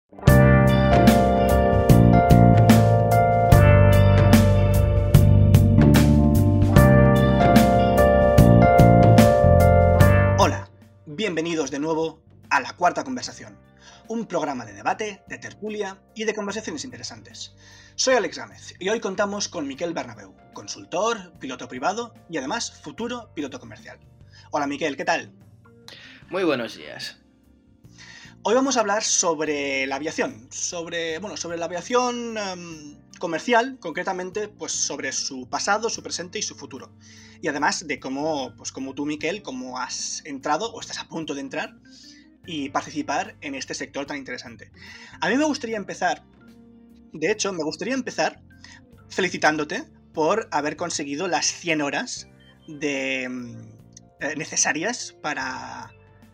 Hola, bienvenidos de nuevo a La Cuarta Conversación, un programa de debate, de tertulia y de conversaciones interesantes. Soy Alex Gámez y hoy contamos con Miquel Bernabeu, consultor, piloto privado y además futuro piloto comercial. Hola Miquel, ¿qué tal? Muy buenos días. Hoy vamos a hablar sobre la aviación, sobre la aviación comercial, concretamente pues sobre su pasado, su presente y su futuro. Y además de cómo tú, Miquel, cómo has entrado o estás a punto de entrar y participar en este sector tan interesante. A mí me gustaría empezar felicitándote por haber conseguido las 100 horas necesarias para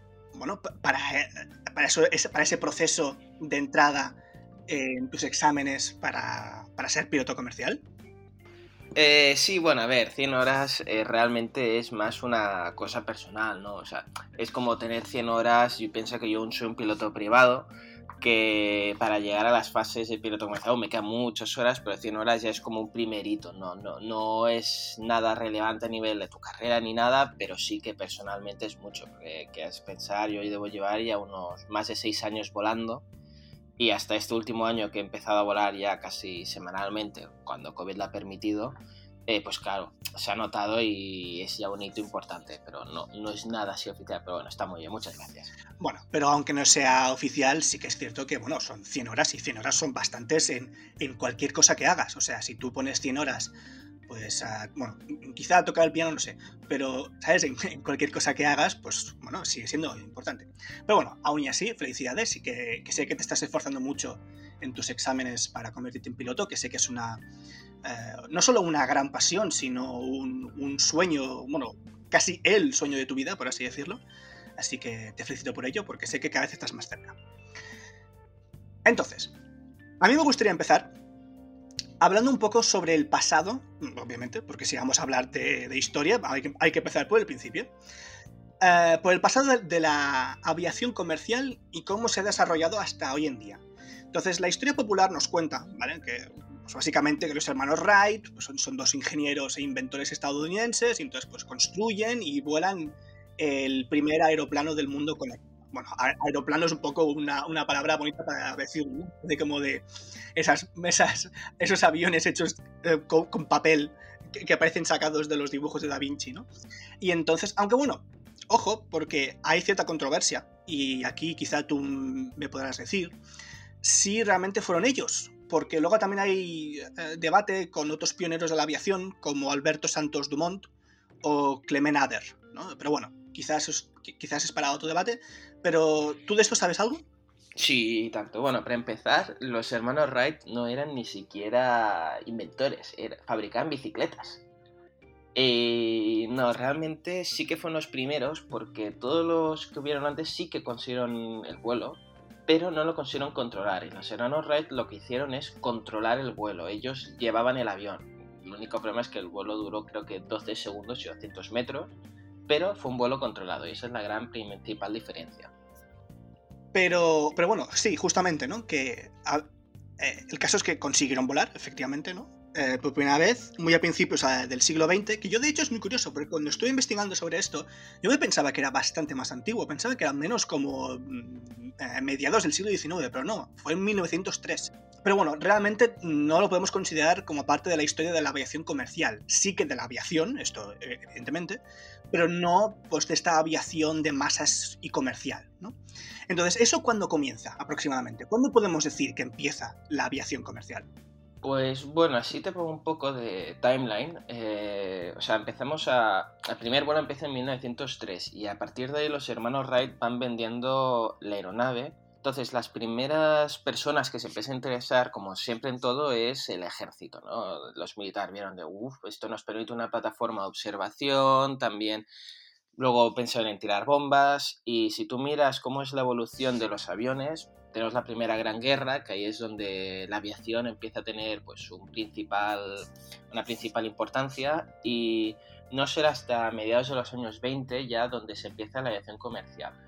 ese proceso de entrada en tus exámenes para ser piloto comercial. Sí, bueno, a ver, 100 horas realmente es más una cosa personal, ¿no? O sea, es como tener 100 horas, yo pienso que yo soy un piloto privado, que para llegar a las fases de piloto comercial me quedan muchas horas, pero 100 horas ya es como un primer hito, no es nada relevante a nivel de tu carrera ni nada, pero sí que personalmente es mucho, que es pensar, yo hoy debo llevar ya unos más de 6 años volando, y hasta este último año que he empezado a volar ya casi semanalmente, cuando COVID lo ha permitido, pues claro, se ha notado y es ya un hito importante, pero no es nada así oficial, pero bueno, está muy bien, muchas gracias. Bueno, pero aunque no sea oficial, sí que es cierto que, son 100 horas y 100 horas son bastantes en cualquier cosa que hagas. O sea, si tú pones 100 horas, pues, quizá tocar el piano, no sé, pero, ¿sabes? En cualquier cosa que hagas, pues, sigue siendo importante. Pero bueno, aún y así, felicidades y que sé que te estás esforzando mucho en tus exámenes para convertirte en piloto, que sé que es no solo una gran pasión, sino un sueño, casi el sueño de tu vida, por así decirlo. Así que te felicito por ello, porque sé que cada vez estás más cerca. Entonces, a mí me gustaría empezar hablando un poco sobre el pasado, obviamente, porque si vamos a hablar de historia, hay que empezar por el principio. Por el pasado de la aviación comercial y cómo se ha desarrollado hasta hoy en día. Entonces, la historia popular nos cuenta, ¿vale? Que básicamente que los hermanos Wright son dos ingenieros e inventores estadounidenses y entonces pues construyen y vuelan el primer aeroplano del mundo conectado. Bueno, aeroplano es un poco una palabra bonita para decir, ¿no? de esos aviones hechos con papel que aparecen sacados de los dibujos de Da Vinci, ¿no? Y entonces, aunque ojo, porque hay cierta controversia, y aquí quizá tú me podrás decir si realmente fueron ellos, porque luego también hay debate con otros pioneros de la aviación, como Alberto Santos Dumont o Clement Ader, ¿no? Pero bueno, quizás es para otro debate, pero ¿tú de esto sabes algo? Sí, tanto. Bueno, para empezar, los hermanos Wright no eran ni siquiera inventores, fabricaban bicicletas. No, realmente sí que fueron los primeros, porque todos los que hubieron antes sí que consiguieron el vuelo, pero no lo consiguieron controlar. Y los hermanos Wright lo que hicieron es controlar el vuelo. Ellos llevaban el avión. El único problema es que el vuelo duró creo que 12 segundos y 200 metros, pero fue un vuelo controlado y esa es la gran principal diferencia. Pero bueno, sí, justamente, ¿no? Que el caso es que consiguieron volar, efectivamente, ¿no? Por primera vez, muy a principios del siglo XX, que yo de hecho es muy curioso, porque cuando estuve investigando sobre esto, yo me pensaba que era bastante más antiguo, pensaba que era menos como mediados del siglo XIX, pero no, fue en 1903. Pero bueno, realmente no lo podemos considerar como parte de la historia de la aviación comercial. Sí que de la aviación, esto evidentemente, pero no pues de esta aviación de masas y comercial, ¿no? Entonces, ¿eso cuándo comienza aproximadamente? ¿Cuándo podemos decir que empieza la aviación comercial? Pues bueno, así te pongo un poco de timeline. O sea, el primer vuelo empieza en 1903 y a partir de ahí los hermanos Wright van vendiendo la aeronave. Entonces, las primeras personas que se empiezan a interesar, como siempre en todo, es el ejército, ¿no? Los militares vieron de, esto nos permite una plataforma de observación, también luego pensaron en tirar bombas y si tú miras cómo es la evolución de los aviones, tenemos la Primera Gran Guerra, que ahí es donde la aviación empieza a tener pues una principal importancia y no será hasta mediados de los años 20 ya donde se empieza la aviación comercial.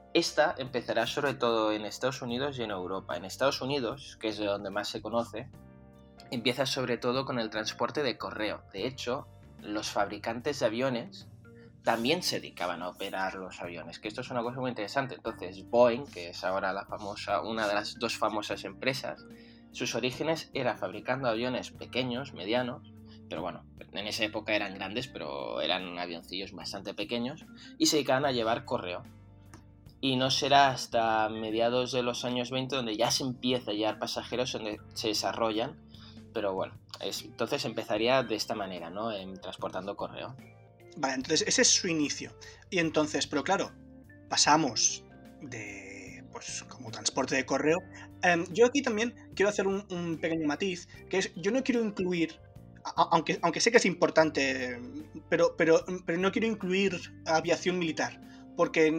Esta empezará sobre todo en Estados Unidos y en Europa. En Estados Unidos, que es de donde más se conoce, empieza sobre todo con el transporte de correo. De hecho, los fabricantes de aviones también se dedicaban a operar los aviones, que esto es una cosa muy interesante. Entonces, Boeing, que es ahora una de las dos famosas empresas, sus orígenes era fabricando aviones pequeños, medianos, pero bueno, en esa época eran grandes, pero eran avioncillos bastante pequeños, y se dedicaban a llevar correo. Y no será hasta mediados de los años 20 donde ya se empieza a llevar pasajeros, donde se desarrollan, pero bueno, entonces empezaría de esta manera, ¿no? Transportando correo. Vale, entonces ese es su inicio. Y entonces, pero claro, pasamos de, pues, como transporte de correo. Yo aquí también quiero hacer un pequeño matiz, que es, yo no quiero incluir, aunque sé que es importante, pero no quiero incluir aviación militar. Porque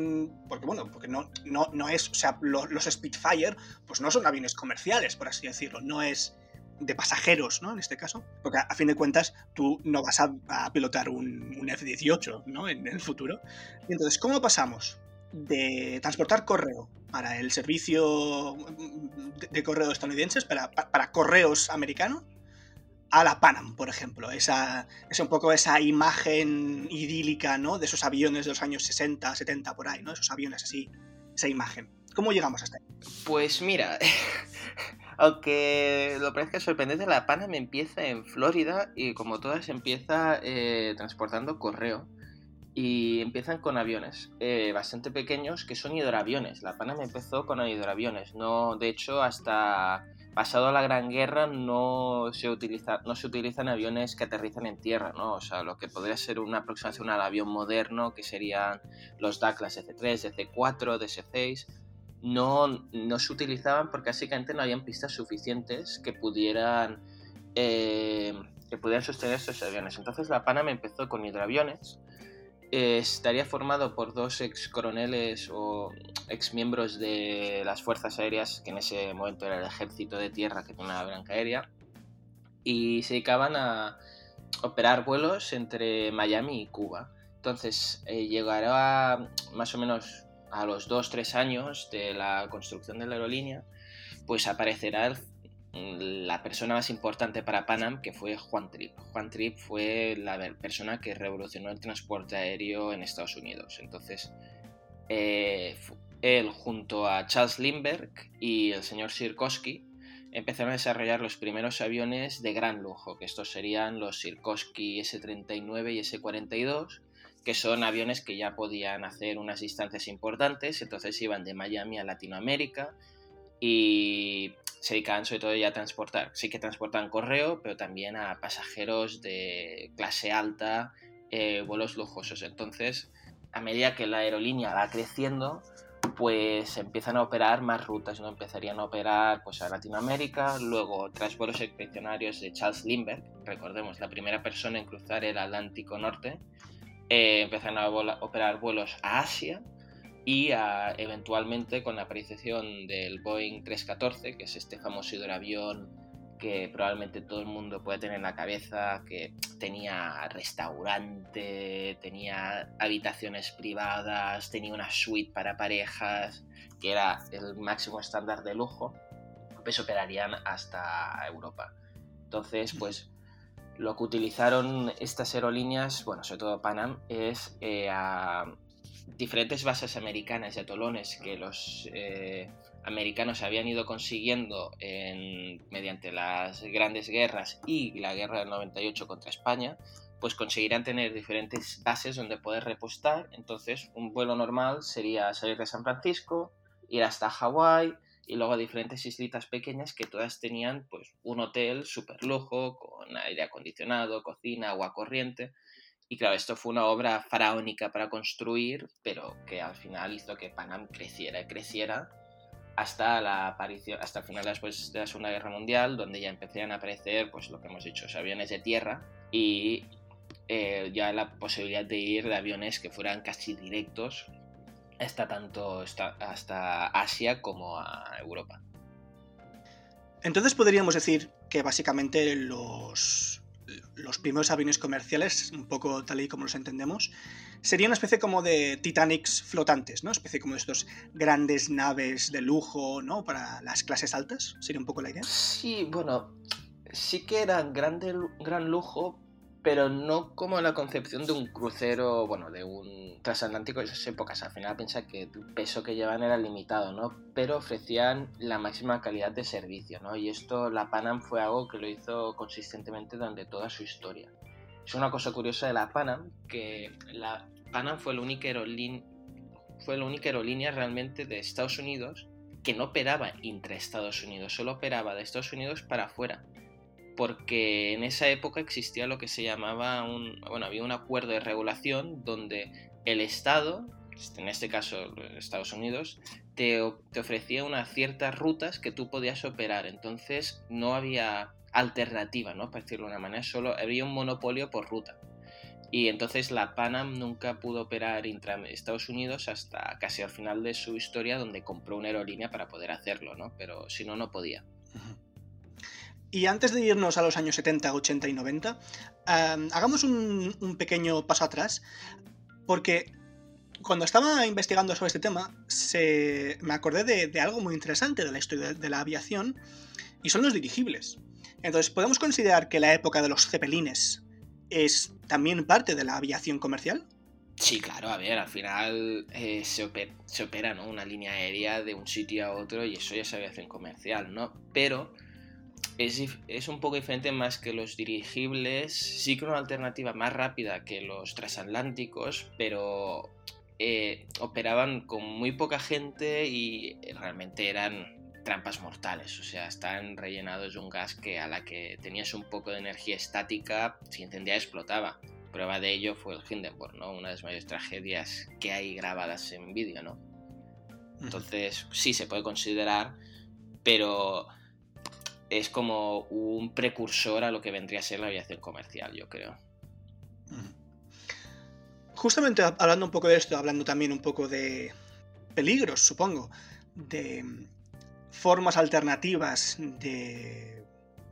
no es, o sea, los Spitfire, pues no son aviones comerciales, por así decirlo, no es de pasajeros, ¿no? En este caso, porque a fin de cuentas tú no vas a pilotar un F-18, ¿no? En el futuro. Y entonces, ¿cómo pasamos de transportar correo para el servicio de correo estadounidenses, para correos americanos, a la Pan Am, por ejemplo? Es un poco esa imagen idílica, ¿no? De esos aviones de los años 60, 70, por ahí, ¿no? Esos aviones así, esa imagen. ¿Cómo llegamos hasta ahí? Pues mira, aunque lo parezca sorprendente, la Pan Am empieza en Florida y como todas empieza transportando correo. Y empiezan con aviones bastante pequeños que son hidroaviones. La Pan Am empezó con hidroaviones. No, de hecho, hasta pasado la Gran Guerra no se utilizan aviones que aterrizan en tierra, ¿no? O sea, lo que podría ser una aproximación al avión moderno, que serían los Douglas DC-3, DC-4, DC-6, no se utilizaban porque básicamente no habían pistas suficientes que pudieran sostener estos aviones. Entonces la Pan Am empezó con hidroaviones. Estaría formado por dos ex coroneles o ex miembros de las fuerzas aéreas, que en ese momento era el ejército de tierra, que tenía una branca aérea, y se dedicaban a operar vuelos entre Miami y Cuba. Entonces llegará más o menos a los 2-3 años de la construcción de la aerolínea, pues aparecerá la persona más importante para Pan Am, que fue Juan Trippe. Juan Trippe fue la persona que revolucionó el transporte aéreo en Estados Unidos. Entonces, él junto a Charles Lindbergh y el señor Sikorsky empezaron a desarrollar los primeros aviones de gran lujo, que estos serían los Sikorsky S-39 y S-42, que son aviones que ya podían hacer unas distancias importantes, entonces iban de Miami a Latinoamérica y se dedicaban sobre todo ya a transportar. Sí que transportan correo, pero también a pasajeros de clase alta, vuelos lujosos. Entonces, a medida que la aerolínea va creciendo, pues empiezan a operar más rutas, ¿no? Empezarían a operar pues a Latinoamérica, luego tras vuelos expedicionarios de Charles Lindbergh, recordemos, la primera persona en cruzar el Atlántico Norte, empezaron a operar vuelos a Asia, y eventualmente con la aparición del Boeing 314, que es este famoso hidroavión que probablemente todo el mundo puede tener en la cabeza, que tenía restaurante, tenía habitaciones privadas, tenía una suite para parejas, que era el máximo estándar de lujo, pues operarían hasta Europa. Entonces, pues lo que utilizaron estas aerolíneas, bueno, sobre todo Pan Am, es a diferentes bases americanas y atolones que los americanos habían ido consiguiendo mediante las grandes guerras y la guerra del 98 contra España, pues conseguirán tener diferentes bases donde poder repostar. Entonces, un vuelo normal sería salir de San Francisco, ir hasta Hawái y luego a diferentes islitas pequeñas que todas tenían pues un hotel súper lujo, con aire acondicionado, cocina, agua corriente. Y claro, esto fue una obra faraónica para construir, pero que al final hizo que Pan Am creciera hasta la aparición, hasta el final después de la Segunda Guerra Mundial, donde ya empezaron a aparecer, pues lo que hemos dicho, aviones de tierra y ya la posibilidad de ir de aviones que fueran casi directos hasta Asia como a Europa. Entonces podríamos decir que básicamente los primeros aviones comerciales, un poco tal y como los entendemos, sería una especie como de Titanics flotantes, ¿no? Especie como de estos grandes naves de lujo, ¿no? Para las clases altas, sería un poco la idea. Sí, bueno, sí que era gran lujo, pero no como la concepción de un crucero, bueno, de un transatlántico de esas épocas. Al final piensa que el peso que llevan era limitado, ¿no? Pero ofrecían la máxima calidad de servicio, ¿no? Y esto, la Pan Am fue algo que lo hizo consistentemente durante toda su historia. Es una cosa curiosa de la Pan Am, que la Pan Am fue la única aerolínea realmente de Estados Unidos que no operaba intra Estados Unidos, solo operaba de Estados Unidos para afuera, porque en esa época existía lo que se llamaba había un acuerdo de regulación donde el Estado, en este caso Estados Unidos, te ofrecía unas ciertas rutas que tú podías operar, entonces no había alternativa, ¿no? Para decirlo de una manera, solo había un monopolio por ruta. Y entonces la Pan Am nunca pudo operar intra Estados Unidos hasta casi al final de su historia, donde compró una aerolínea para poder hacerlo, ¿no? Pero si no, no podía. Y antes de irnos a los años 70, 80 y 90, hagamos un pequeño paso atrás, porque cuando estaba investigando sobre este tema, me acordé de algo muy interesante de la historia de la aviación, y son los dirigibles. Entonces, ¿podemos considerar que la época de los cepelines es también parte de la aviación comercial? Sí, claro, a ver, al final se opera, ¿no? Una línea aérea de un sitio a otro y eso ya es aviación comercial, ¿no? Pero es un poco diferente más que los dirigibles, sí que una alternativa más rápida que los transatlánticos, pero operaban con muy poca gente y realmente eran trampas mortales, o sea, están rellenados de un gas que a la que tenías un poco de energía estática, si encendía explotaba. Prueba de ello fue el Hindenburg, ¿no? Una de las mayores tragedias que hay grabadas en vídeo, ¿no? Entonces, sí se puede considerar, pero es como un precursor a lo que vendría a ser la aviación comercial, yo creo. Justamente hablando un poco de esto, hablando también un poco de peligros, supongo, de formas alternativas de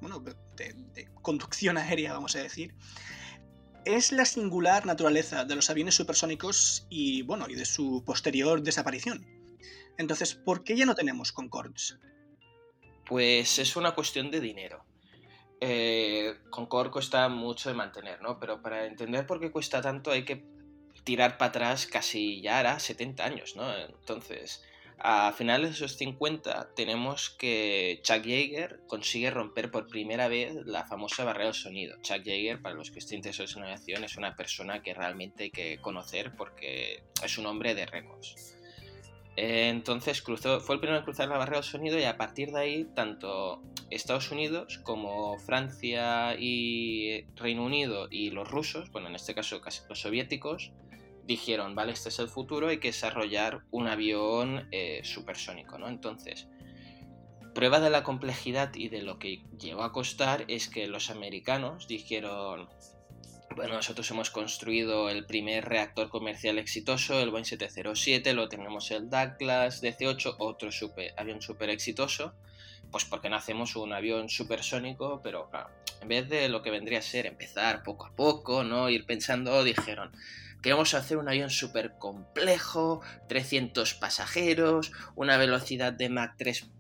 conducción aérea, vamos a decir, es la singular naturaleza de los aviones supersónicos y de su posterior desaparición. Entonces, ¿por qué ya no tenemos Concordes? Pues es una cuestión de dinero. Concorde cuesta mucho de mantener, ¿no? Pero para entender por qué cuesta tanto hay que tirar para atrás casi ya hará 70 años, ¿no? Entonces, a finales de esos 50 tenemos que Chuck Yeager consigue romper por primera vez la famosa barrera del sonido. Chuck Yeager, para los que estén interesados en aviación, es una persona que realmente hay que conocer porque es un hombre de récords. Entonces fue el primero en cruzar la barrera del sonido y a partir de ahí tanto Estados Unidos como Francia y Reino Unido y los rusos, bueno, en este caso casi los soviéticos, dijeron, vale, este es el futuro, hay que desarrollar un avión supersónico, ¿no? Entonces, prueba de la complejidad y de lo que llegó a costar es que los americanos dijeron, bueno, nosotros hemos construido el primer reactor comercial exitoso, el Boeing 707, lo tenemos el Douglas DC-8, otro avión súper exitoso, pues porque no hacemos un avión supersónico, pero claro, en vez de lo que vendría a ser empezar poco a poco, ¿no? Ir pensando, dijeron, queremos hacer un avión súper complejo, 300 pasajeros, una velocidad de Mach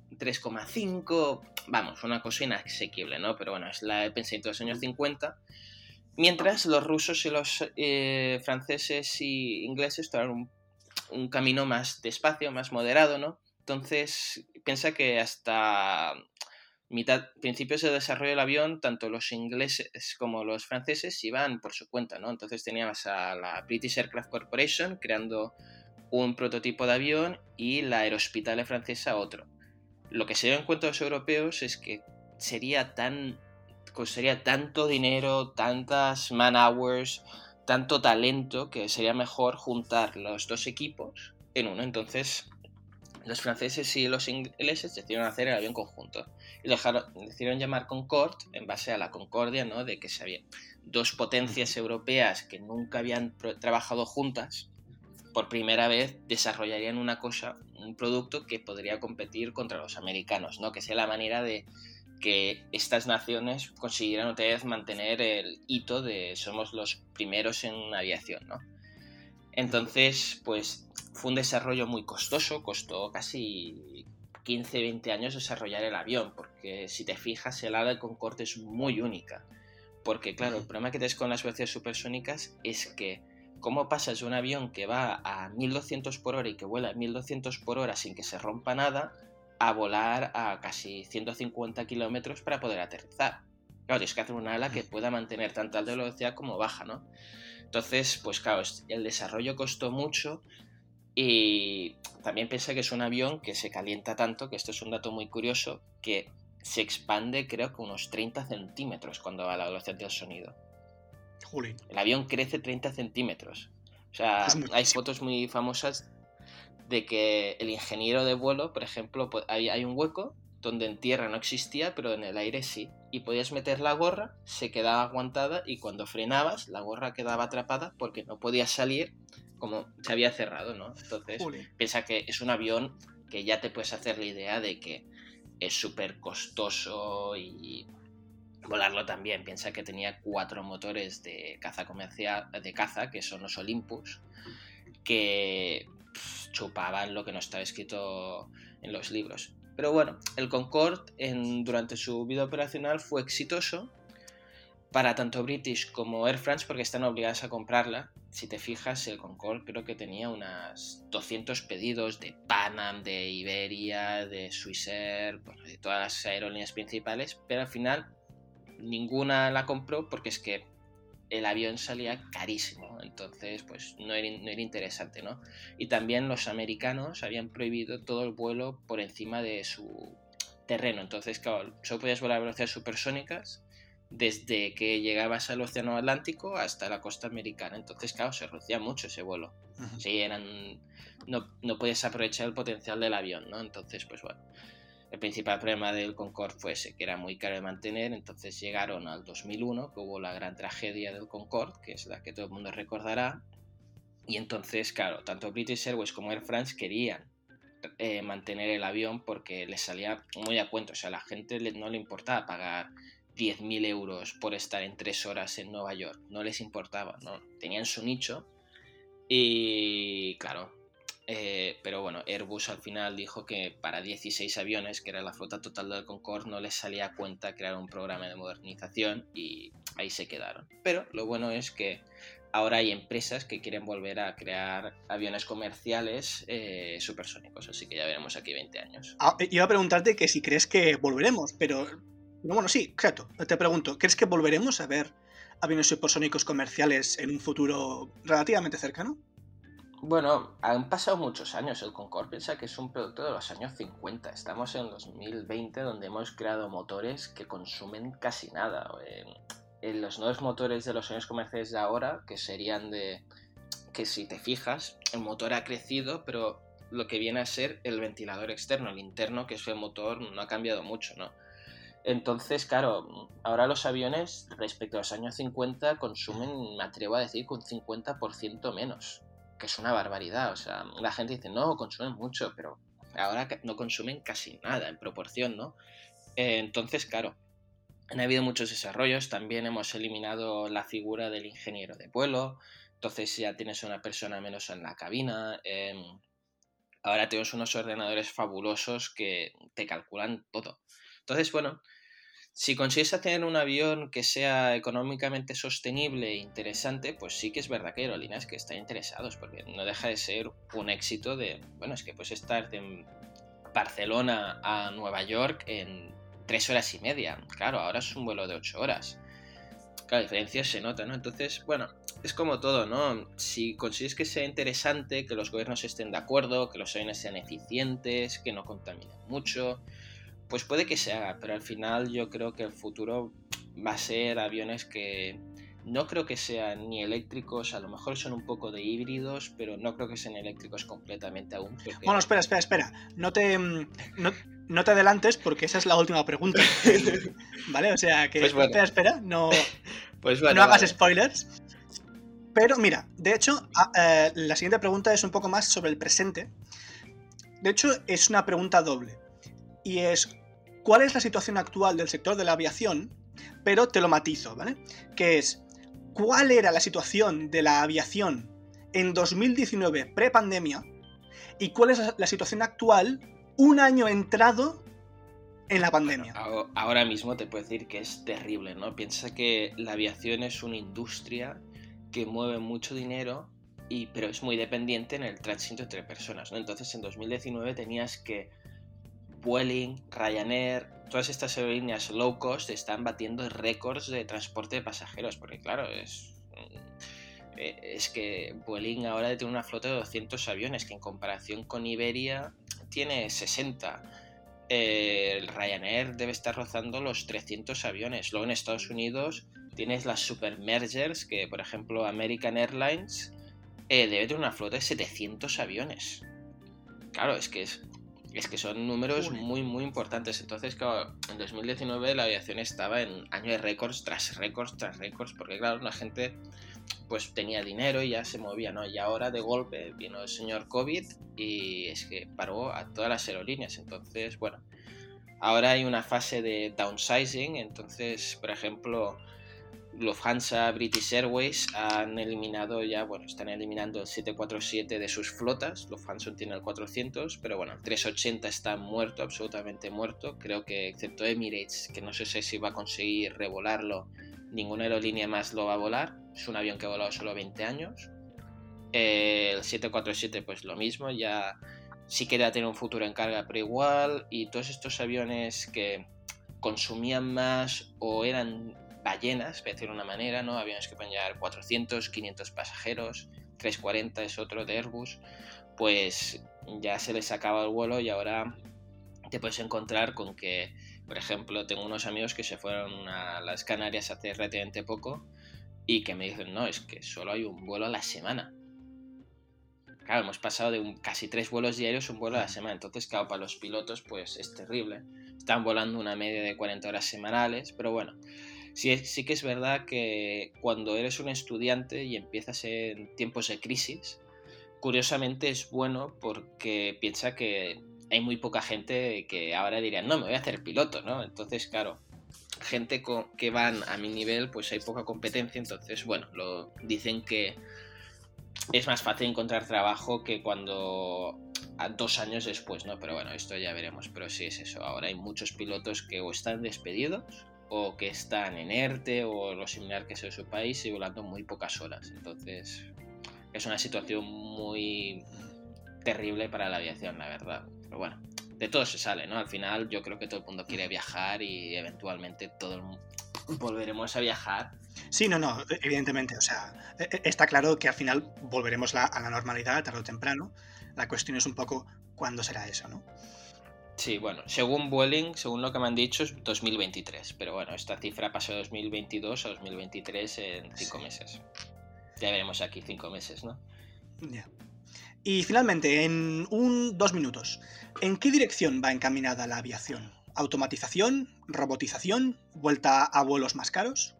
3,5, vamos, una cosa inasequible, ¿no? Pero bueno, es la pensamiento de los años 50. Mientras los rusos y los franceses y ingleses tomaron un camino más despacio, más moderado, ¿no? Entonces, piensa que hasta principios de desarrollo del avión, tanto los ingleses como los franceses iban por su cuenta, ¿no? Entonces teníamos a la British Aircraft Corporation creando un prototipo de avión y la Aerospitale francesa otro. Lo que se dio en cuenta los europeos es que costaría tanto dinero, tantas man hours, tanto talento, que sería mejor juntar los dos equipos en uno. Entonces, los franceses y los ingleses decidieron hacer el avión conjunto y decidieron llamar Concorde en base a la concordia, ¿no? De que había dos potencias europeas que nunca habían trabajado juntas, por primera vez desarrollarían un producto que podría competir contra los americanos, ¿no? Que sea la manera de que estas naciones consiguieran otra vez mantener el hito de somos los primeros en aviación, ¿no? Entonces, pues fue un desarrollo muy costoso, costó casi 15-20 años desarrollar el avión, porque si te fijas, el ala del Concorde es muy única. Porque, claro, el problema que tienes con las velocidades supersónicas es que cómo pasas de un avión que va a 1200 por hora y que vuela a 1200 por hora sin que se rompa nada, a volar a casi 150 kilómetros para poder aterrizar. Claro, tienes que hacer una ala que pueda mantener tanto alta velocidad como baja, ¿no? Entonces, pues claro, el desarrollo costó mucho y también piensa que es un avión que se calienta tanto, que esto es un dato muy curioso, que se expande creo que unos 30 centímetros cuando va a la velocidad del sonido. Juli. El avión crece 30 centímetros. O sea, hay fotos muy famosas de que el ingeniero de vuelo, por ejemplo, hay un hueco donde en tierra no existía, pero en el aire sí. Y podías meter la gorra, se quedaba aguantada y cuando frenabas, la gorra quedaba atrapada porque no podía salir como se había cerrado, ¿no? Entonces, piensa que es un avión que ya te puedes hacer la idea de que es súper costoso y volarlo también. Piensa que tenía 4 motores de caza comercial, de caza, que son los Olympus, que chupaban lo que no estaba escrito en los libros. Pero bueno, el Concorde durante su vida operacional fue exitoso para tanto British como Air France porque están obligadas a comprarla. Si te fijas, el Concorde creo que tenía unas 200 pedidos de Pan Am, de Iberia, de Swissair, bueno, de todas las aerolíneas principales, pero al final ninguna la compró porque es que el avión salía carísimo, entonces pues no era interesante, ¿no? Y también los americanos habían prohibido todo el vuelo por encima de su terreno, entonces claro, solo podías volar a velocidades supersónicas desde que llegabas al océano Atlántico hasta la costa americana, entonces claro, se reducía mucho ese vuelo. Uh-huh. Sí, no podías aprovechar el potencial del avión, ¿no? Entonces pues bueno, el principal problema del Concorde fue ese, que era muy caro de mantener, entonces llegaron al 2001, que hubo la gran tragedia del Concorde, que es la que todo el mundo recordará, y entonces, claro, tanto British Airways como Air France querían mantener el avión porque les salía muy a cuento, o sea, a la gente no le importaba pagar 10.000 euros por estar en 3 horas en Nueva York, no les importaba, ¿no? Tenían su nicho y, claro, pero bueno, Airbus al final dijo que para 16 aviones, que era la flota total del Concorde, no les salía a cuenta crear un programa de modernización y ahí se quedaron. Pero lo bueno es que ahora hay empresas que quieren volver a crear aviones comerciales supersónicos, así que ya veremos aquí 20 años. Iba a preguntarte que si crees que volveremos, pero bueno, sí, exacto. Te pregunto, ¿crees que volveremos a ver aviones supersónicos comerciales en un futuro relativamente cercano? Bueno, han pasado muchos años. El Concorde piensa que es un producto de los años 50. Estamos en 2020 donde hemos creado motores que consumen casi nada. En los nuevos motores de los aviones comerciales de ahora, que serían que si te fijas, el motor ha crecido, pero lo que viene a ser el ventilador externo, el interno, que es el motor, no ha cambiado mucho, ¿no? Entonces, claro, ahora los aviones respecto a los años 50 consumen, me atrevo a decir, que un 50% menos. Que es una barbaridad, o sea, la gente dice, no, consumen mucho, pero ahora no consumen casi nada en proporción, ¿no? Entonces, claro, han habido muchos desarrollos, también hemos eliminado la figura del ingeniero de vuelo, entonces ya tienes una persona menos en la cabina, ahora tenemos unos ordenadores fabulosos que te calculan todo. Entonces, bueno, si consigues hacer un avión que sea económicamente sostenible e interesante, pues sí que es verdad que hay aerolíneas que están interesados, porque no deja de ser un éxito de, bueno, es que puedes estar de Barcelona a Nueva York en 3 horas y media. Claro, ahora es un vuelo de 8 horas. Claro, la diferencia se nota, ¿no? Entonces, bueno, es como todo, ¿no? Si consigues que sea interesante, que los gobiernos estén de acuerdo, que los aviones sean eficientes, que no contaminen mucho, pues puede que se haga, pero al final yo creo que el futuro va a ser aviones que no creo que sean ni eléctricos, a lo mejor son un poco de híbridos, pero no creo que sean eléctricos completamente aún. Porque... Bueno, espera. No te adelantes porque esa es la última pregunta. ¿Vale? O sea, que pues bueno. espera, no, pues bueno, no hagas spoilers. Pero mira, de hecho, la siguiente pregunta es un poco más sobre el presente. De hecho, es una pregunta doble. Y es, cuál es la situación actual del sector de la aviación, pero te lo matizo, ¿vale? Que es, ¿cuál era la situación de la aviación en 2019 pre-pandemia y cuál es la situación actual un año entrado en la pandemia? Bueno, ahora mismo te puedo decir que es terrible, ¿no? Piensa que la aviación es una industria que mueve mucho dinero, pero es muy dependiente en el tránsito entre personas, ¿no? Entonces en 2019 tenías que Vueling, Ryanair, todas estas aerolíneas low cost están batiendo récords de transporte de pasajeros, porque claro, es que Vueling ahora tiene una flota de 200 aviones, que en comparación con Iberia tiene 60. El Ryanair debe estar rozando los 300 aviones. Luego en Estados Unidos tienes las super mergers, que por ejemplo American Airlines debe tener una flota de 700 aviones. Claro, es que son números muy muy importantes. Entonces, claro, en 2019 la aviación estaba en año de récords tras récords tras récords, porque claro, la gente pues tenía dinero y ya se movía, ¿no? Y ahora de golpe vino el señor COVID y es que paró a todas las aerolíneas. Entonces, bueno, ahora hay una fase de downsizing. Entonces, por ejemplo, Lufthansa, British Airways han eliminado ya, bueno, están eliminando el 747 de sus flotas. Lufthansa tiene el 400, pero bueno, el 380 está muerto, absolutamente muerto. Creo que excepto Emirates, que no sé si va a conseguir revolarlo, ninguna aerolínea más lo va a volar. Es un avión que ha volado solo 20 años. El 747 pues lo mismo, ya sí queda tener un futuro en carga, pero igual. Y todos estos aviones que consumían más o eran ballenas, por decirlo de una manera, ¿no? Aviones que pueden llevar 400, 500 pasajeros, 340 es otro de Airbus, pues ya se les acaba el vuelo y ahora te puedes encontrar con que, por ejemplo, tengo unos amigos que se fueron a las Canarias hace relativamente poco y que me dicen, no, es que solo hay un vuelo a la semana. Claro, hemos pasado de casi 3 vuelos diarios a un vuelo a la semana. Entonces, claro, para los pilotos pues es terrible. Están volando una media de 40 horas semanales, pero bueno, sí que es verdad que cuando eres un estudiante y empiezas en tiempos de crisis, curiosamente es bueno porque piensa que hay muy poca gente que ahora diría, no, me voy a hacer piloto, ¿no? Entonces, claro, gente que van a mi nivel, pues hay poca competencia, entonces, bueno, dicen que es más fácil encontrar trabajo que cuando a 2 años después, ¿no? Pero bueno, esto ya veremos, pero sí es eso, ahora hay muchos pilotos que o están despedidos o que están en ERTE o lo similar que sea su país y volando muy pocas horas, entonces es una situación muy terrible para la aviación, la verdad, pero bueno, de todo se sale, ¿no? Al final yo creo que todo el mundo quiere viajar y eventualmente volveremos a viajar. Sí, no, evidentemente, o sea, está claro que al final volveremos a la normalidad tarde o temprano. La cuestión es un poco cuándo será eso, ¿no? Sí, bueno, según Vueling, según lo que me han dicho, es 2023, pero bueno, esta cifra pasó de 2022 a 2023 en 5 meses. Ya veremos aquí 5 meses, ¿no? Ya. Y finalmente, en 2 minutos, ¿en qué dirección va encaminada la aviación? ¿Automatización? ¿Robotización? ¿Vuelta a vuelos más caros?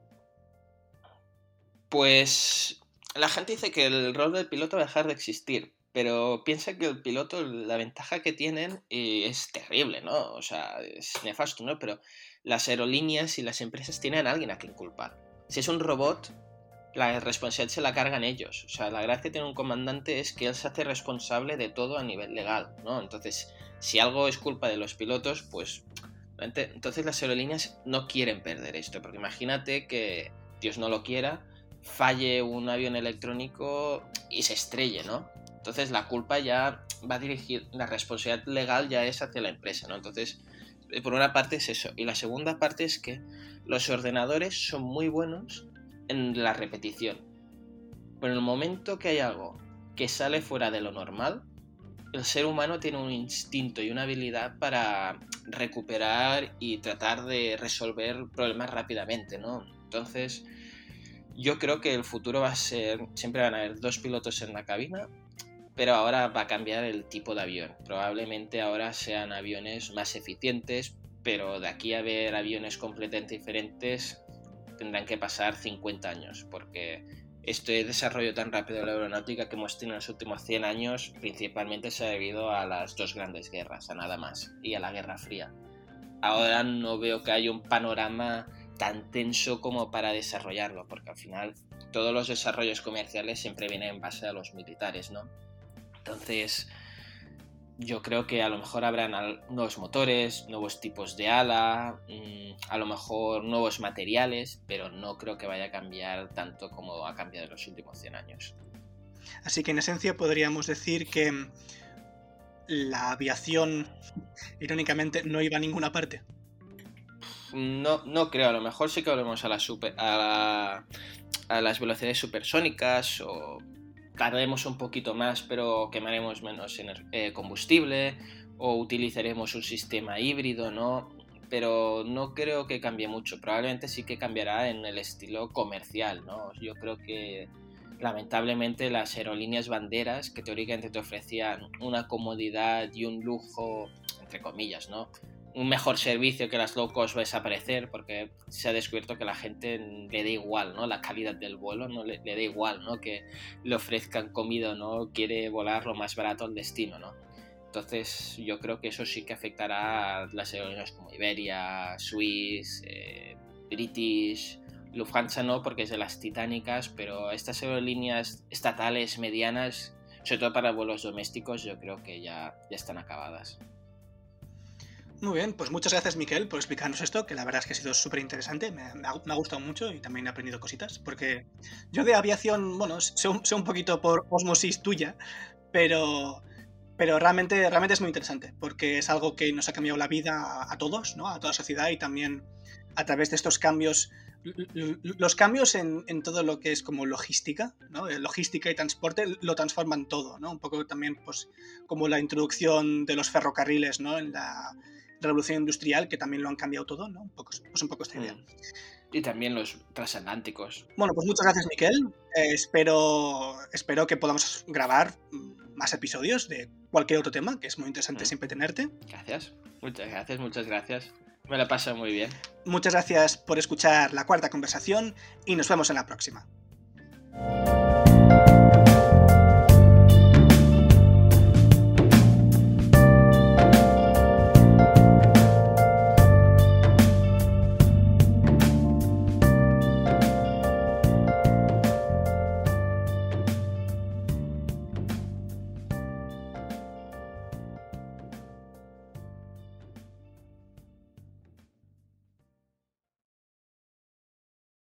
Pues la gente dice que el rol del piloto va a dejar de existir, pero piensa que el piloto, la ventaja que tienen es terrible, ¿no? O sea, es nefasto, ¿no? Pero las aerolíneas y las empresas tienen a alguien a quien culpar. Si es un robot, la responsabilidad se la cargan ellos. O sea, la gracia de tener un comandante es que él se hace responsable de todo a nivel legal, ¿no? Entonces, si algo es culpa de los pilotos, pues entonces las aerolíneas no quieren perder esto, porque imagínate que, Dios no lo quiera, falle un avión electrónico y se estrelle, ¿no? Entonces la culpa ya va a dirigir, la responsabilidad legal ya es hacia la empresa, ¿no? Entonces, por una parte es eso. Y la segunda parte es que los ordenadores son muy buenos en la repetición. Pero en el momento que hay algo que sale fuera de lo normal, el ser humano tiene un instinto y una habilidad para recuperar y tratar de resolver problemas rápidamente, ¿no? Entonces, yo creo que el futuro va a ser, siempre van a haber 2 pilotos en la cabina, pero ahora va a cambiar el tipo de avión. Probablemente ahora sean aviones más eficientes, pero de aquí a ver aviones completamente diferentes tendrán que pasar 50 años, porque este desarrollo tan rápido de la aeronáutica que hemos tenido en los últimos 100 años principalmente se ha debido a las 2 grandes guerras, a nada más, y a la Guerra Fría. ahora no veo que haya un panorama tan tenso como para desarrollarlo, porque al final todos los desarrollos comerciales siempre vienen en base a los militares, ¿no? Entonces, yo creo que a lo mejor habrán nuevos motores, nuevos tipos de ala, a lo mejor nuevos materiales, pero no creo que vaya a cambiar tanto como ha cambiado en los últimos 100 años. Así que en esencia podríamos decir que la aviación, irónicamente, no iba a ninguna parte. No creo, a lo mejor sí que volvemos a las velocidades supersónicas o tardaremos un poquito más pero quemaremos menos combustible o utilizaremos un sistema híbrido, ¿no? Pero no creo que cambie mucho, probablemente sí que cambiará en el estilo comercial, ¿no? Yo creo que lamentablemente las aerolíneas banderas que teóricamente te ofrecían una comodidad y un lujo, entre comillas, ¿no? Un mejor servicio que las low cost va a desaparecer porque se ha descubierto que la gente le da igual, ¿no? La calidad del vuelo no le da igual, ¿no? Que le ofrezcan comida, ¿no? Quiere volar lo más barato al destino, ¿no? Entonces yo creo que eso sí que afectará a las aerolíneas como Iberia, Swiss, British, Lufthansa no porque es de las titánicas, pero estas aerolíneas estatales medianas, sobre todo para vuelos domésticos, yo creo que ya están acabadas. Muy bien, pues muchas gracias, Miquel, por explicarnos esto, que la verdad es que ha sido súper interesante, me ha gustado mucho y también he aprendido cositas, porque yo de aviación, bueno, sé un poquito por osmosis tuya, pero realmente es muy interesante, porque es algo que nos ha cambiado la vida a todos, ¿no? A toda la sociedad, y también a través de estos cambios, los cambios en todo lo que es como logística, ¿no? Logística y transporte lo transforman todo, ¿no? Un poco también, pues, como la introducción de los ferrocarriles, ¿no? En la revolución industrial, que también lo han cambiado todo, ¿no? Un poco esta idea. Y también los transatlánticos. Bueno, pues muchas gracias, Miquel. Espero que podamos grabar más episodios de cualquier otro tema, que es muy interesante siempre tenerte. Gracias. Muchas gracias. Me la paso muy bien. Muchas gracias por escuchar La Cuarta Conversación y nos vemos en la próxima.